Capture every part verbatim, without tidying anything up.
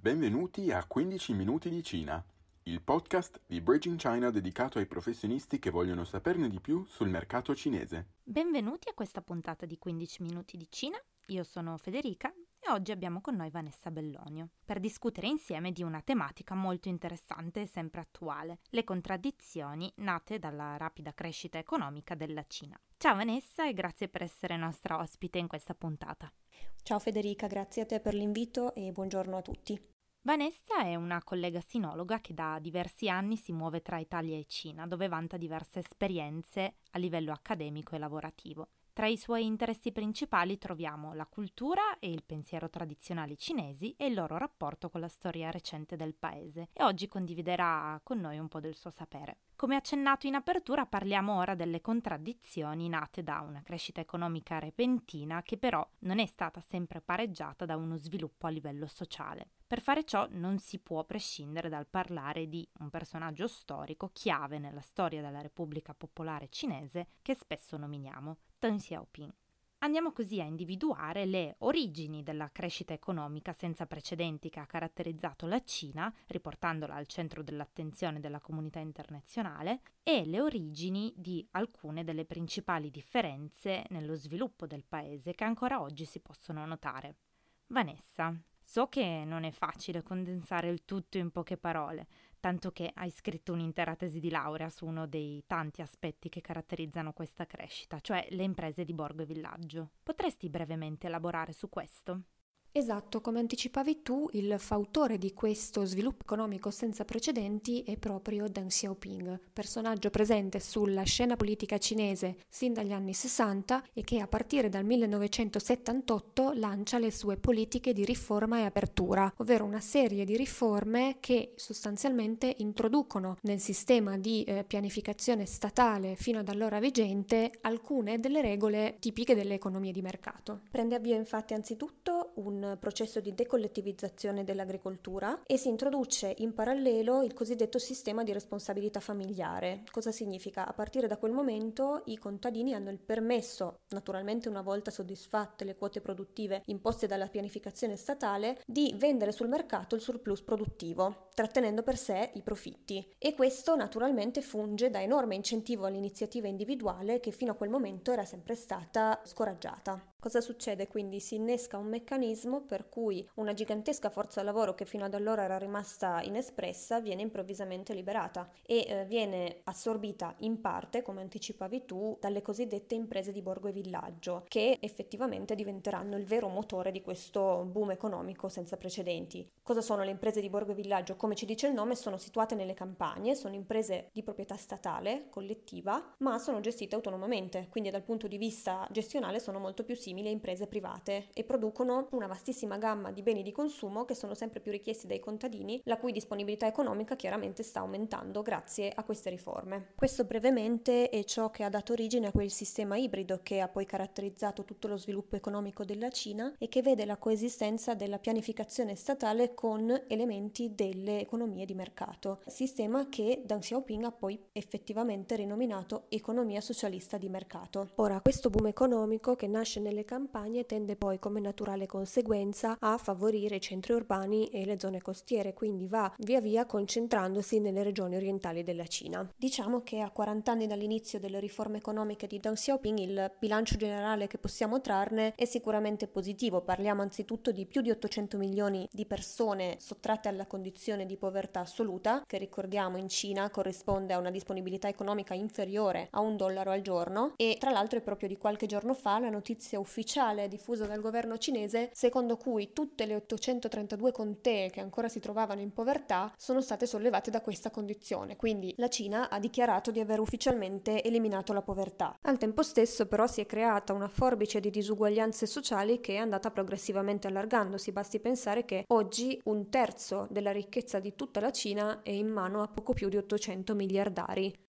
Benvenuti a quindici minuti di Cina, il podcast di Bridging China dedicato ai professionisti che vogliono saperne di più sul mercato cinese. Benvenuti a questa puntata di quindici minuti di Cina. Io sono Federica e oggi abbiamo con noi Vanessa Bellonio per discutere insieme di una tematica molto interessante e sempre attuale, le contraddizioni nate dalla rapida crescita economica della Cina. Ciao Vanessa e grazie per essere nostra ospite in questa puntata. Ciao Federica, grazie a te per l'invito e buongiorno a tutti. Vanessa è una collega sinologa che da diversi anni si muove tra Italia e Cina, dove vanta diverse esperienze a livello accademico e lavorativo. Tra i suoi interessi principali troviamo la cultura e il pensiero tradizionali cinesi e il loro rapporto con la storia recente del paese, e oggi condividerà con noi un po' del suo sapere. Come accennato in apertura, parliamo ora delle contraddizioni nate da una crescita economica repentina che però non è stata sempre pareggiata da uno sviluppo a livello sociale. Per fare ciò non si può prescindere dal parlare di un personaggio storico chiave nella storia della Repubblica Popolare Cinese che spesso nominiamo, Deng Xiaoping. Andiamo così a individuare le origini della crescita economica senza precedenti che ha caratterizzato la Cina, riportandola al centro dell'attenzione della comunità internazionale, e le origini di alcune delle principali differenze nello sviluppo del paese che ancora oggi si possono notare. Vanessa, so che non è facile condensare il tutto in poche parole, tanto che hai scritto un'intera tesi di laurea su uno dei tanti aspetti che caratterizzano questa crescita, cioè le imprese di borgo e villaggio. Potresti brevemente elaborare su questo? Esatto, come anticipavi tu, il fautore di questo sviluppo economico senza precedenti è proprio Deng Xiaoping, personaggio presente sulla scena politica cinese sin dagli anni sessanta e che a partire dal millenovecentosettantotto lancia le sue politiche di riforma e apertura, ovvero una serie di riforme che sostanzialmente introducono nel sistema di eh, pianificazione statale fino ad allora vigente alcune delle regole tipiche delle economie di mercato. Prende avvio infatti anzitutto un processo di decollettivizzazione dell'agricoltura e si introduce in parallelo il cosiddetto sistema di responsabilità familiare. Cosa significa? A partire da quel momento i contadini hanno il permesso, naturalmente una volta soddisfatte le quote produttive imposte dalla pianificazione statale, di vendere sul mercato il surplus produttivo, trattenendo per sé i profitti. E questo naturalmente funge da enorme incentivo all'iniziativa individuale che fino a quel momento era sempre stata scoraggiata. Cosa succede quindi? Si innesca un meccanismo per cui una gigantesca forza lavoro che fino ad allora era rimasta inespressa viene improvvisamente liberata e eh, viene assorbita in parte, come anticipavi tu, dalle cosiddette imprese di borgo e villaggio, che effettivamente diventeranno il vero motore di questo boom economico senza precedenti. Cosa sono le imprese di borgo e villaggio? Come ci dice il nome, sono situate nelle campagne, sono imprese di proprietà statale, collettiva, ma sono gestite autonomamente, quindi dal punto di vista gestionale sono molto più simili a imprese private e producono una vastissima gamma di beni di consumo che sono sempre più richiesti dai contadini, la cui disponibilità economica chiaramente sta aumentando grazie a queste riforme. Questo brevemente è ciò che ha dato origine a quel sistema ibrido che ha poi caratterizzato tutto lo sviluppo economico della Cina e che vede la coesistenza della pianificazione statale con elementi delle economie di mercato, sistema che Deng Xiaoping ha poi effettivamente rinominato economia socialista di mercato. Ora, questo boom economico che nasce nelle campagne tende poi come naturale conseguenza a favorire i centri urbani e le zone costiere, quindi va via via concentrandosi nelle regioni orientali della Cina. Diciamo che a quaranta anni dall'inizio delle riforme economiche di Deng Xiaoping il bilancio generale che possiamo trarne è sicuramente positivo. Parliamo anzitutto di più di ottocento milioni di persone sottratte alla condizione di povertà assoluta, che ricordiamo in Cina corrisponde a una disponibilità economica inferiore a un dollaro al giorno, e tra l'altro è proprio di qualche giorno fa la notizia ufficiale diffusa dal governo cinese secondo cui tutte le ottocentotrentadue contee che ancora si trovavano in povertà sono state sollevate da questa condizione, quindi la Cina ha dichiarato di aver ufficialmente eliminato la povertà. Al tempo stesso però si è creata una forbice di disuguaglianze sociali che è andata progressivamente allargandosi, basti pensare che oggi un terzo della ricchezza di tutta la Cina è in mano a poco più di ottocento miliardari.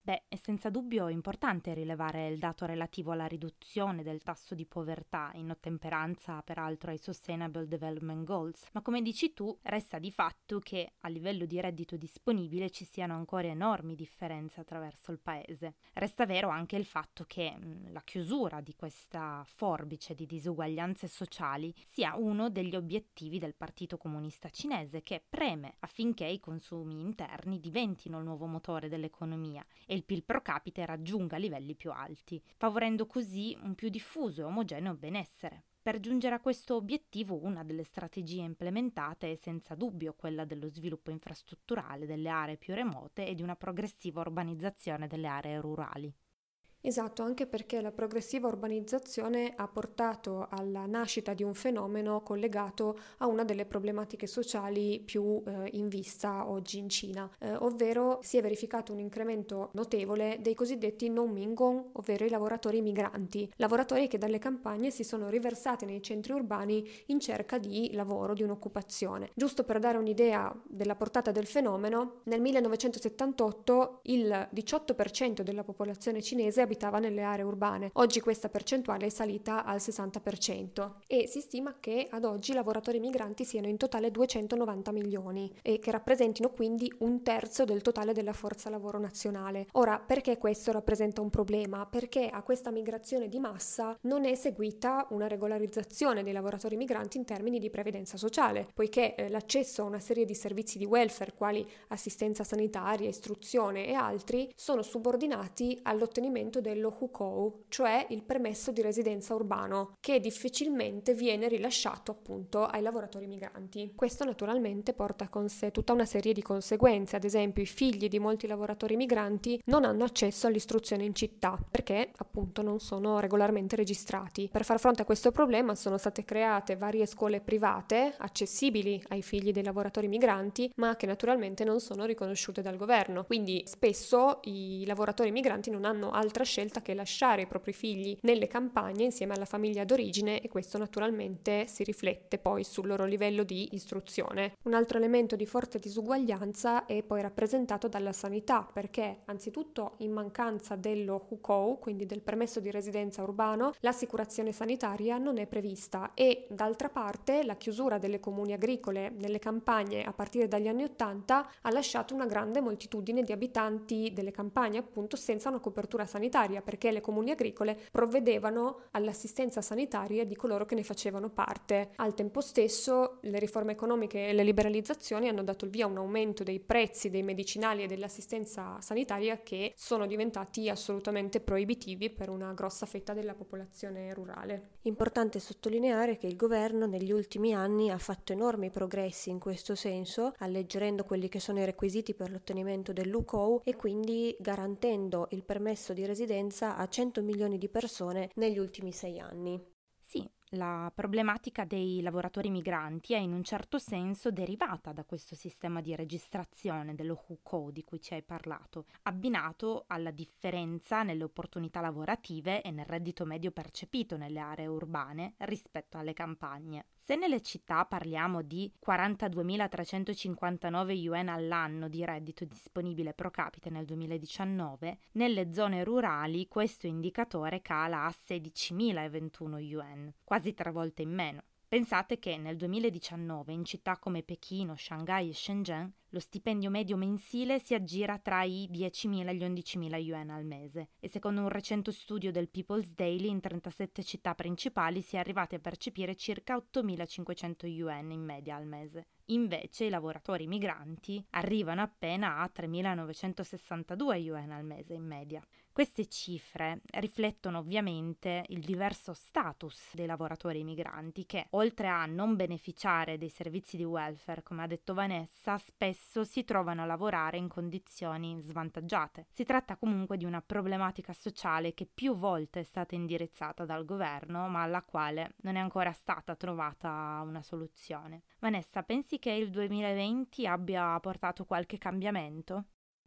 Beh, è senza dubbio importante rilevare il dato relativo alla riduzione del tasso di povertà, in ottemperanza peraltro ai Sustainable Development Goals, ma come dici tu, resta di fatto che a livello di reddito disponibile ci siano ancora enormi differenze attraverso il paese. Resta vero anche il fatto che mh, la chiusura di questa forbice di disuguaglianze sociali sia uno degli obiettivi del Partito Comunista Cinese, che preme affinché i consumi interni diventino il nuovo motore dell'economia e il P I L pro capite raggiunga livelli più alti, favorendo così un più diffuso e omogeneo benessere. Per giungere a questo obiettivo, una delle strategie implementate è senza dubbio quella dello sviluppo infrastrutturale delle aree più remote e di una progressiva urbanizzazione delle aree rurali. Esatto, anche perché la progressiva urbanizzazione ha portato alla nascita di un fenomeno collegato a una delle problematiche sociali più eh, in vista oggi in Cina, eh, ovvero si è verificato un incremento notevole dei cosiddetti non-mingong, ovvero i lavoratori migranti, lavoratori che dalle campagne si sono riversati nei centri urbani in cerca di lavoro, di un'occupazione. Giusto per dare un'idea della portata del fenomeno, nel millenovecentosettantotto il diciotto per cento della popolazione cinese abitava nelle aree urbane. Oggi questa percentuale è salita al sessanta per cento e si stima che ad oggi i lavoratori migranti siano in totale duecentonovanta milioni e che rappresentino quindi un terzo del totale della forza lavoro nazionale. Ora, perché questo rappresenta un problema? Perché a questa migrazione di massa non è seguita una regolarizzazione dei lavoratori migranti in termini di previdenza sociale, poiché eh, l'accesso a una serie di servizi di welfare quali assistenza sanitaria, istruzione e altri sono subordinati all'ottenimento dello hukou, cioè il permesso di residenza urbano, che difficilmente viene rilasciato appunto ai lavoratori migranti. Questo naturalmente porta con sé tutta una serie di conseguenze, ad esempio i figli di molti lavoratori migranti non hanno accesso all'istruzione in città perché appunto non sono regolarmente registrati. Per far fronte a questo problema sono state create varie scuole private accessibili ai figli dei lavoratori migranti, ma che naturalmente non sono riconosciute dal governo, quindi spesso i lavoratori migranti non hanno altra scelta che lasciare i propri figli nelle campagne insieme alla famiglia d'origine e questo naturalmente si riflette poi sul loro livello di istruzione. Un altro elemento di forte disuguaglianza è poi rappresentato dalla sanità, perché anzitutto in mancanza dello hukou, quindi del permesso di residenza urbano, l'assicurazione sanitaria non è prevista e d'altra parte la chiusura delle comuni agricole nelle campagne a partire dagli anni ottanta ha lasciato una grande moltitudine di abitanti delle campagne appunto senza una copertura sanitaria, perché le comuni agricole provvedevano all'assistenza sanitaria di coloro che ne facevano parte. Al tempo stesso le riforme economiche e le liberalizzazioni hanno dato il via a un aumento dei prezzi dei medicinali e dell'assistenza sanitaria che sono diventati assolutamente proibitivi per una grossa fetta della popolazione rurale. Importante sottolineare che il governo negli ultimi anni ha fatto enormi progressi in questo senso, alleggerendo quelli che sono i requisiti per l'ottenimento dell'U C O U e quindi garantendo il permesso di residenza a cento milioni di persone negli ultimi sei anni. Sì, la problematica dei lavoratori migranti è in un certo senso derivata da questo sistema di registrazione dello hukou di cui ci hai parlato, abbinato alla differenza nelle opportunità lavorative e nel reddito medio percepito nelle aree urbane rispetto alle campagne. Se nelle città parliamo di quarantaduemilatrecentocinquantanove yuan all'anno di reddito disponibile pro capite nel duemiladiciannove, nelle zone rurali questo indicatore cala a sedicimilaventuno yuan, quasi tre volte in meno. Pensate che nel duemiladiciannove in città come Pechino, Shanghai e Shenzhen lo stipendio medio mensile si aggira tra i diecimila e gli undicimila yuan al mese e secondo un recente studio del People's Daily in trentasette città principali si è arrivati a percepire circa ottomilacinquecento yuan in media al mese. Invece i lavoratori migranti arrivano appena a tremilanovecentosessantadue yuan al mese in media. Queste cifre riflettono ovviamente il diverso status dei lavoratori migranti che, oltre a non beneficiare dei servizi di welfare, come ha detto Vanessa, spesso si trovano a lavorare in condizioni svantaggiate. Si tratta comunque di una problematica sociale che più volte è stata indirizzata dal governo, ma alla quale non è ancora stata trovata una soluzione. Vanessa, pensi che il duemilaventi abbia portato qualche cambiamento?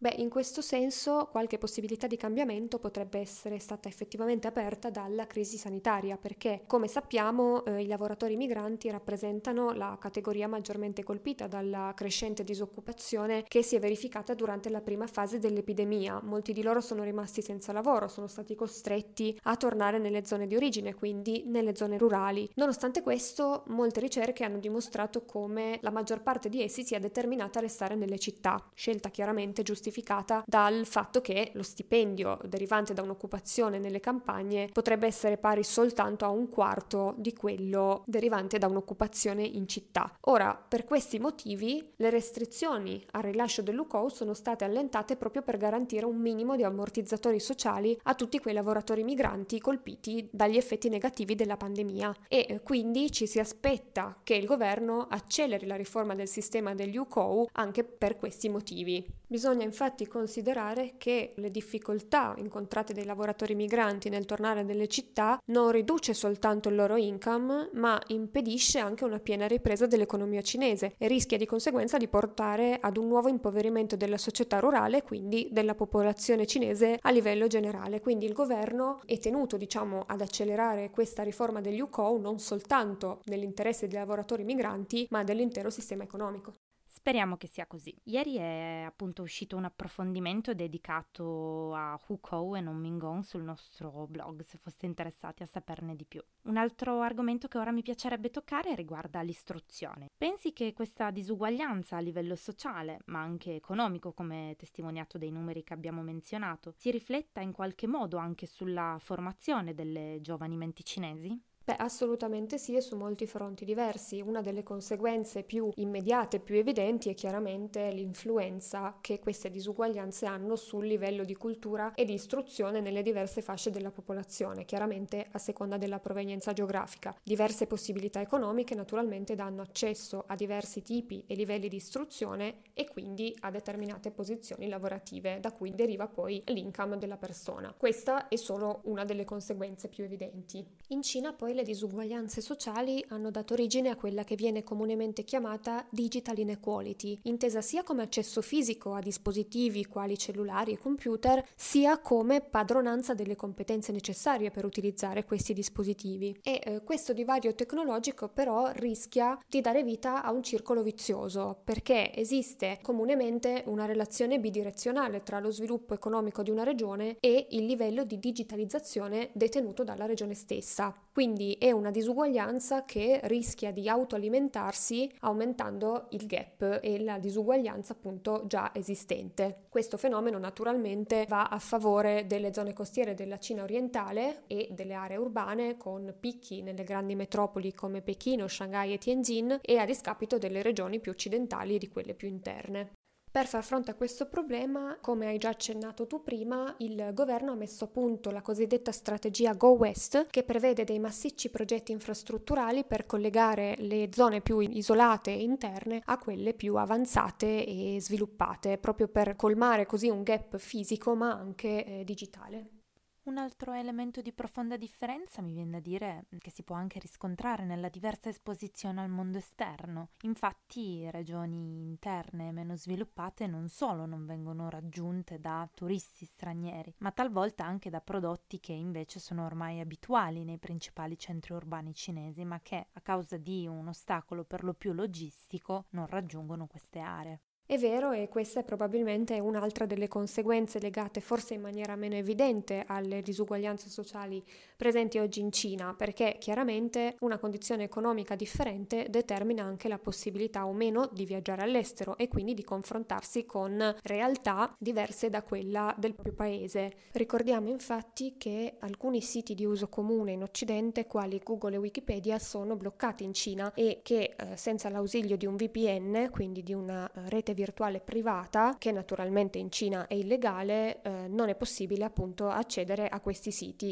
Beh, in questo senso qualche possibilità di cambiamento potrebbe essere stata effettivamente aperta dalla crisi sanitaria, perché come sappiamo eh, i lavoratori migranti rappresentano la categoria maggiormente colpita dalla crescente disoccupazione che si è verificata durante la prima fase dell'epidemia. Molti di loro sono rimasti senza lavoro, sono stati costretti a tornare nelle zone di origine, quindi nelle zone rurali. Nonostante questo, molte ricerche hanno dimostrato come la maggior parte di essi sia determinata a restare nelle città, scelta chiaramente giustificata dal fatto che lo stipendio derivante da un'occupazione nelle campagne potrebbe essere pari soltanto a un quarto di quello derivante da un'occupazione in città. Ora, per questi motivi, le restrizioni al rilascio dell'U C O sono state allentate proprio per garantire un minimo di ammortizzatori sociali a tutti quei lavoratori migranti colpiti dagli effetti negativi della pandemia e quindi ci si aspetta che il governo acceleri la riforma del sistema degli U C O anche per questi motivi. Bisogna infatti considerare che le difficoltà incontrate dai lavoratori migranti nel tornare nelle città non riduce soltanto il loro income, ma impedisce anche una piena ripresa dell'economia cinese e rischia di conseguenza di portare ad un nuovo impoverimento della società rurale e quindi della popolazione cinese a livello generale. Quindi il governo è tenuto, diciamo, ad accelerare questa riforma degli U C O non soltanto nell'interesse dei lavoratori migranti, ma dell'intero sistema economico. Speriamo che sia così. Ieri è appunto uscito un approfondimento dedicato a Hu Kou e Non Mingong sul nostro blog, se foste interessati a saperne di più. Un altro argomento che ora mi piacerebbe toccare riguarda l'istruzione. Pensi che questa disuguaglianza a livello sociale, ma anche economico, come testimoniato dai numeri che abbiamo menzionato, si rifletta in qualche modo anche sulla formazione delle giovani menti cinesi? Beh, assolutamente sì, e su molti fronti diversi. Una delle conseguenze più immediate, più evidenti è chiaramente l'influenza che queste disuguaglianze hanno sul livello di cultura e di istruzione nelle diverse fasce della popolazione, chiaramente a seconda della provenienza geografica. Diverse possibilità economiche naturalmente danno accesso a diversi tipi e livelli di istruzione e quindi a determinate posizioni lavorative, da cui deriva poi l'income della persona. Questa è solo una delle conseguenze più evidenti. In Cina poi le disuguaglianze sociali hanno dato origine a quella che viene comunemente chiamata digital inequality, intesa sia come accesso fisico a dispositivi quali cellulari e computer, sia come padronanza delle competenze necessarie per utilizzare questi dispositivi. E eh, questo divario tecnologico però rischia di dare vita a un circolo vizioso, perché esiste comunemente una relazione bidirezionale tra lo sviluppo economico di una regione e il livello di digitalizzazione detenuto dalla regione stessa. Quindi è una disuguaglianza che rischia di autoalimentarsi aumentando il gap e la disuguaglianza appunto già esistente. Questo fenomeno naturalmente va a favore delle zone costiere della Cina orientale e delle aree urbane con picchi nelle grandi metropoli come Pechino, Shanghai e Tianjin e a discapito delle regioni più occidentali e di quelle più interne. Per far fronte a questo problema, come hai già accennato tu prima, il governo ha messo a punto la cosiddetta strategia Go West, che prevede dei massicci progetti infrastrutturali per collegare le zone più isolate e interne a quelle più avanzate e sviluppate, proprio per colmare così un gap fisico ma anche eh, digitale. Un altro elemento di profonda differenza mi viene da dire che si può anche riscontrare nella diversa esposizione al mondo esterno. Infatti regioni interne meno sviluppate non solo non vengono raggiunte da turisti stranieri, ma talvolta anche da prodotti che invece sono ormai abituali nei principali centri urbani cinesi, ma che a causa di un ostacolo per lo più logistico non raggiungono queste aree. È vero, e questa è probabilmente un'altra delle conseguenze legate forse in maniera meno evidente alle disuguaglianze sociali presenti oggi in Cina, perché chiaramente una condizione economica differente determina anche la possibilità o meno di viaggiare all'estero e quindi di confrontarsi con realtà diverse da quella del proprio paese. Ricordiamo infatti che alcuni siti di uso comune in Occidente, quali Google e Wikipedia, sono bloccati in Cina e che eh, senza l'ausilio di un V P N, quindi di una eh, rete virtuale privata, che naturalmente in Cina è illegale, eh, non è possibile appunto accedere a questi siti.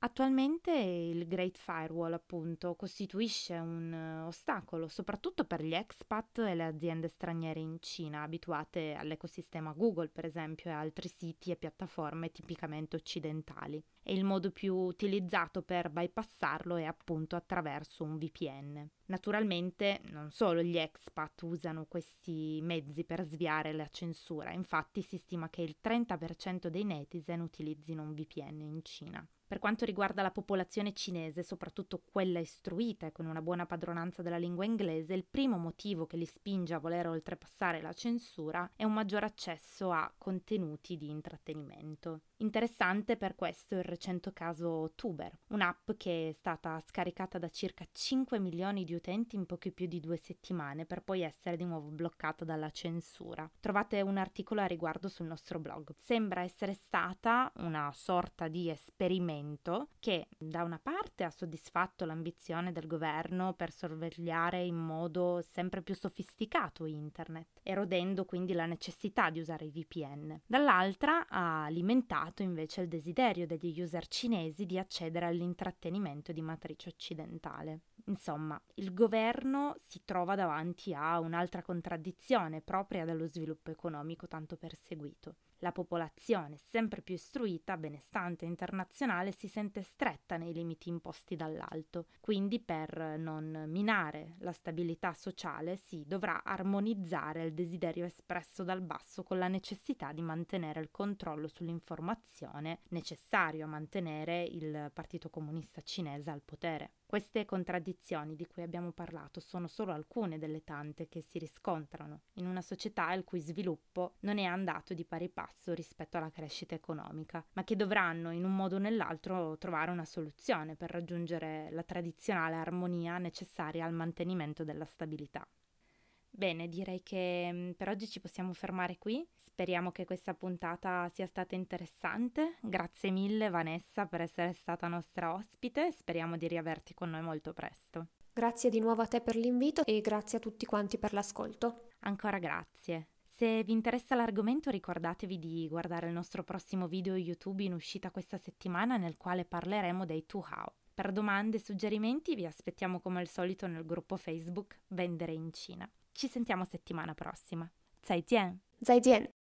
Attualmente il Great Firewall, appunto, costituisce un uh, ostacolo soprattutto per gli expat e le aziende straniere in Cina, abituate all'ecosistema Google, per esempio, e altri siti e piattaforme tipicamente occidentali. E il modo più utilizzato per bypassarlo è appunto attraverso un V P N. Naturalmente non solo gli expat usano questi mezzi per sviare la censura, infatti si stima che il trenta per cento dei netizen utilizzino un V P N in Cina. Per quanto riguarda la popolazione cinese, soprattutto quella istruita e con una buona padronanza della lingua inglese, il primo motivo che li spinge a voler oltrepassare la censura è un maggior accesso a contenuti di intrattenimento. Interessante per questo il recente caso Tuber, un'app che è stata scaricata da circa cinque milioni di utenti in poco più di due settimane per poi essere di nuovo bloccata dalla censura. Trovate un articolo a riguardo sul nostro blog. Sembra essere stata una sorta di esperimento che da una parte ha soddisfatto l'ambizione del governo per sorvegliare in modo sempre più sofisticato internet, erodendo quindi la necessità di usare i V P N. Dall'altra ha alimentato invece il desiderio degli user cinesi di accedere all'intrattenimento di matrice occidentale. Insomma, il governo si trova davanti a un'altra contraddizione propria dello sviluppo economico tanto perseguito. La popolazione, sempre più istruita, benestante e internazionale, si sente stretta nei limiti imposti dall'alto. Quindi, per non minare la stabilità sociale, si dovrà armonizzare il desiderio espresso dal basso con la necessità di mantenere il controllo sull'informazione necessario a mantenere il Partito Comunista Cinese al potere. Queste contraddizioni di cui abbiamo parlato sono solo alcune delle tante che si riscontrano in una società il cui sviluppo non è andato di pari passo rispetto alla crescita economica, ma che dovranno in un modo o nell'altro trovare una soluzione per raggiungere la tradizionale armonia necessaria al mantenimento della stabilità. Bene, direi che per oggi ci possiamo fermare qui. Speriamo che questa puntata sia stata interessante. Grazie mille Vanessa per essere stata nostra ospite. Speriamo di riaverti con noi molto presto. Grazie di nuovo a te per l'invito e grazie a tutti quanti per l'ascolto. Ancora grazie. Se vi interessa l'argomento ricordatevi di guardare il nostro prossimo video YouTube in uscita questa settimana nel quale parleremo dei Tu Hao. Per domande e suggerimenti vi aspettiamo come al solito nel gruppo Facebook Vendere in Cina. Ci sentiamo settimana prossima. 再见. 再见.